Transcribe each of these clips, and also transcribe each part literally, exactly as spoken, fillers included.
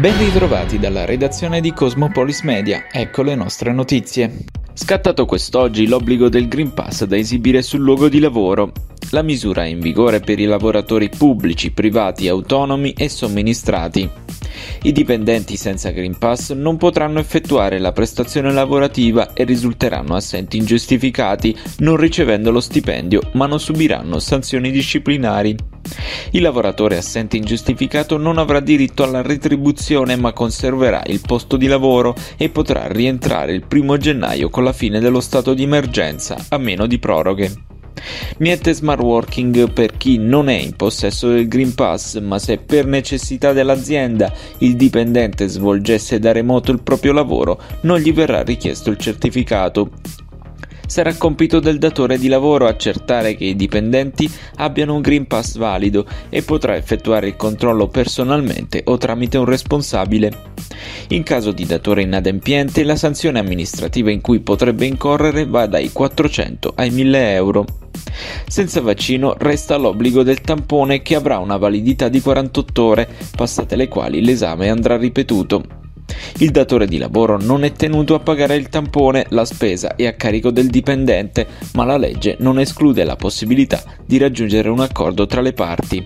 Ben ritrovati dalla redazione di Cosmopolis Media, ecco le nostre notizie. Scattato quest'oggi l'obbligo del Green Pass da esibire sul luogo di lavoro. La misura è in vigore per i lavoratori pubblici, privati, autonomi e somministrati. I dipendenti senza Green Pass non potranno effettuare la prestazione lavorativa e risulteranno assenti ingiustificati, non ricevendo lo stipendio, ma non subiranno sanzioni disciplinari. Il lavoratore assente ingiustificato non avrà diritto alla retribuzione, ma conserverà il posto di lavoro e potrà rientrare il primo gennaio con la fine dello stato di emergenza, a meno di proroghe. Niente smart working per chi non è in possesso del Green Pass, ma se per necessità dell'azienda il dipendente svolgesse da remoto il proprio lavoro, non gli verrà richiesto il certificato. Sarà compito del datore di lavoro accertare che i dipendenti abbiano un Green Pass valido e potrà effettuare il controllo personalmente o tramite un responsabile. In caso di datore inadempiente, la sanzione amministrativa in cui potrebbe incorrere va dai quattrocento ai mille euro. Senza vaccino resta l'obbligo del tampone, che avrà una validità di quarantotto ore, passate le quali l'esame andrà ripetuto. Il datore di lavoro non è tenuto a pagare il tampone, la spesa è a carico del dipendente, ma la legge non esclude la possibilità di raggiungere un accordo tra le parti.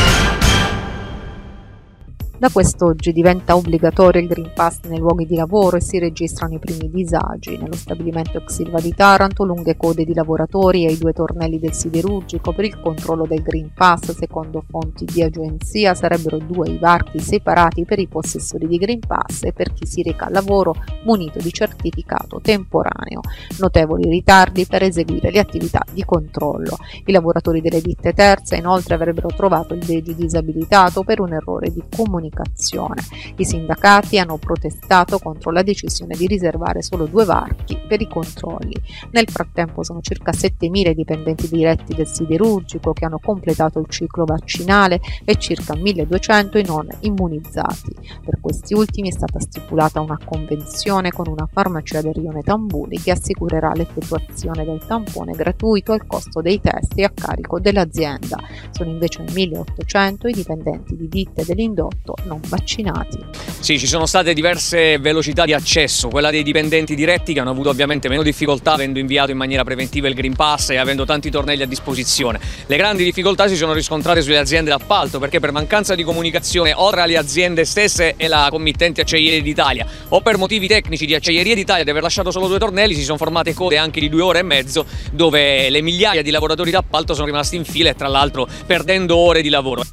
Da quest'oggi diventa obbligatorio il Green Pass nei luoghi di lavoro e si registrano i primi disagi. Nello stabilimento ex Ilva di Taranto, lunghe code di lavoratori ai due tornelli del siderurgico per il controllo del Green Pass. Secondo fonti di agenzia sarebbero due i varchi separati per i possessori di Green Pass e per chi si reca al lavoro munito di certificato temporaneo. Notevoli ritardi per eseguire le attività di controllo. I lavoratori delle ditte terze inoltre avrebbero trovato il badge disabilitato per un errore di comunicazione. I sindacati hanno protestato contro la decisione di riservare solo due varchi per i controlli. Nel frattempo sono circa settemila i dipendenti diretti del siderurgico che hanno completato il ciclo vaccinale e circa milleduecento i non immunizzati. Per questi ultimi è stata stipulata una convenzione con una farmacia del rione Tamburi che assicurerà l'effettuazione del tampone gratuito al costo dei test e a carico dell'azienda. Sono invece milleottocento i dipendenti di ditte dell'indotto non vaccinati. Sì, ci sono state diverse velocità di accesso, quella dei dipendenti diretti che hanno avuto ovviamente meno difficoltà avendo inviato in maniera preventiva il Green Pass e avendo tanti tornelli a disposizione. Le grandi difficoltà si sono riscontrate sulle aziende d'appalto, perché per mancanza di comunicazione o tra le aziende stesse e la committente Acciaierie d'Italia o per motivi tecnici di Acciaierie d'Italia di aver lasciato solo due tornelli, si sono formate code anche di due ore e mezzo dove le migliaia di lavoratori d'appalto sono rimasti in fila e tra l'altro perdendo ore di lavoro.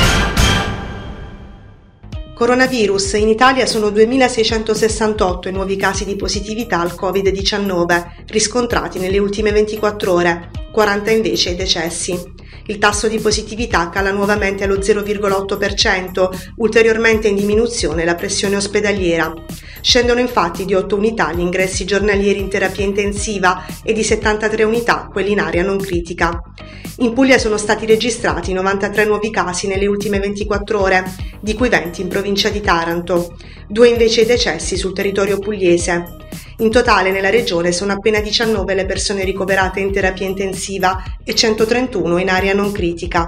Coronavirus. In Italia sono duemilaseicentosessantotto i nuovi casi di positività al covid diciannove riscontrati nelle ultime ventiquattro ore, quaranta invece i decessi. Il tasso di positività cala nuovamente allo zero virgola otto per cento, ulteriormente in diminuzione la pressione ospedaliera. Scendono infatti di otto unità gli ingressi giornalieri in terapia intensiva e di settantatré unità quelli in area non critica. In Puglia sono stati registrati novantatré nuovi casi nelle ultime ventiquattro ore, di cui venti in provincia di Taranto, due invece i decessi sul territorio pugliese. In totale nella regione sono appena diciannove le persone ricoverate in terapia intensiva e centotrentuno in area non critica.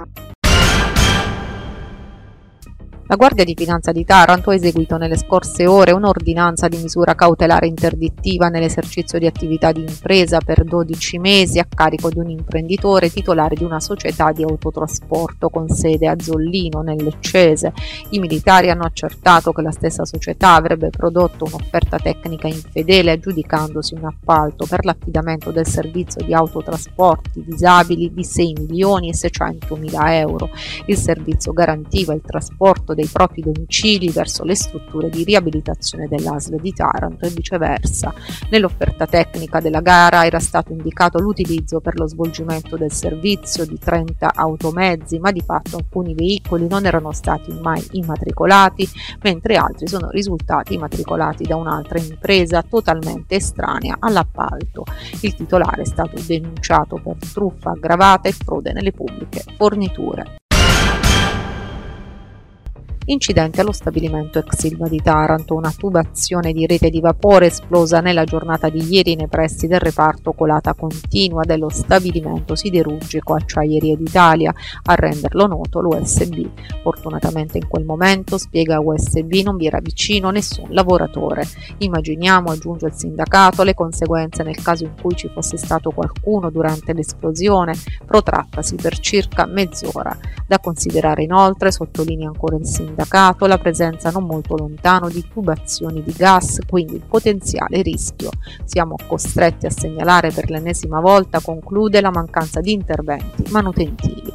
La Guardia di Finanza di Taranto ha eseguito nelle scorse ore un'ordinanza di misura cautelare interdittiva nell'esercizio di attività di impresa per dodici mesi a carico di un imprenditore titolare di una società di autotrasporto con sede a Zollino, nel Leccese. I militari hanno accertato che la stessa società avrebbe prodotto un'offerta tecnica infedele aggiudicandosi un appalto per l'affidamento del servizio di autotrasporti disabili di sei milioni e seicentomila euro. Il servizio garantiva il trasporto dei propri domicili verso le strutture di riabilitazione dell'A S L di Taranto e viceversa. Nell'offerta tecnica della gara era stato indicato l'utilizzo per lo svolgimento del servizio di trenta automezzi, ma di fatto alcuni veicoli non erano stati mai immatricolati, mentre altri sono risultati immatricolati da un'altra impresa totalmente estranea all'appalto. Il titolare è stato denunciato per truffa aggravata e frode nelle pubbliche forniture. Incidente allo stabilimento ex Ilva di Taranto, una tubazione di rete di vapore esplosa nella giornata di ieri nei pressi del reparto colata continua dello stabilimento siderurgico Acciaierie d'Italia, a renderlo noto l'U S B. Fortunatamente in quel momento, spiega U S B, non vi era vicino nessun lavoratore. Immaginiamo, aggiunge il sindacato, le conseguenze nel caso in cui ci fosse stato qualcuno durante l'esplosione, protrattasi per circa mezz'ora. Da considerare inoltre, sottolinea ancora il sindacato, la presenza non molto lontano di tubazioni di gas, quindi il potenziale rischio. Siamo costretti a segnalare per l'ennesima volta, conclude, la mancanza di interventi manutentivi.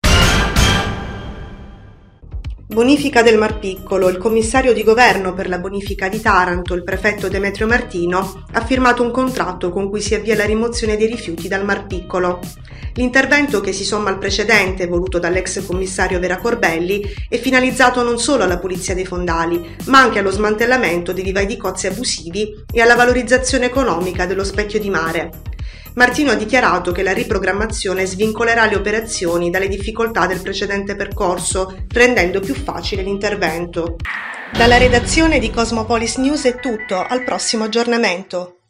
Bonifica del Mar Piccolo. Il commissario di governo per la bonifica di Taranto, il prefetto Demetrio Martino, ha firmato un contratto con cui si avvia la rimozione dei rifiuti dal Mar Piccolo. L'intervento, che si somma al precedente voluto dall'ex commissario Vera Corbelli, è finalizzato non solo alla pulizia dei fondali, ma anche allo smantellamento dei vivai di cozze abusivi e alla valorizzazione economica dello specchio di mare. Martino ha dichiarato che la riprogrammazione svincolerà le operazioni dalle difficoltà del precedente percorso, rendendo più facile l'intervento. Dalla redazione di Cosmopolis News è tutto, al prossimo aggiornamento.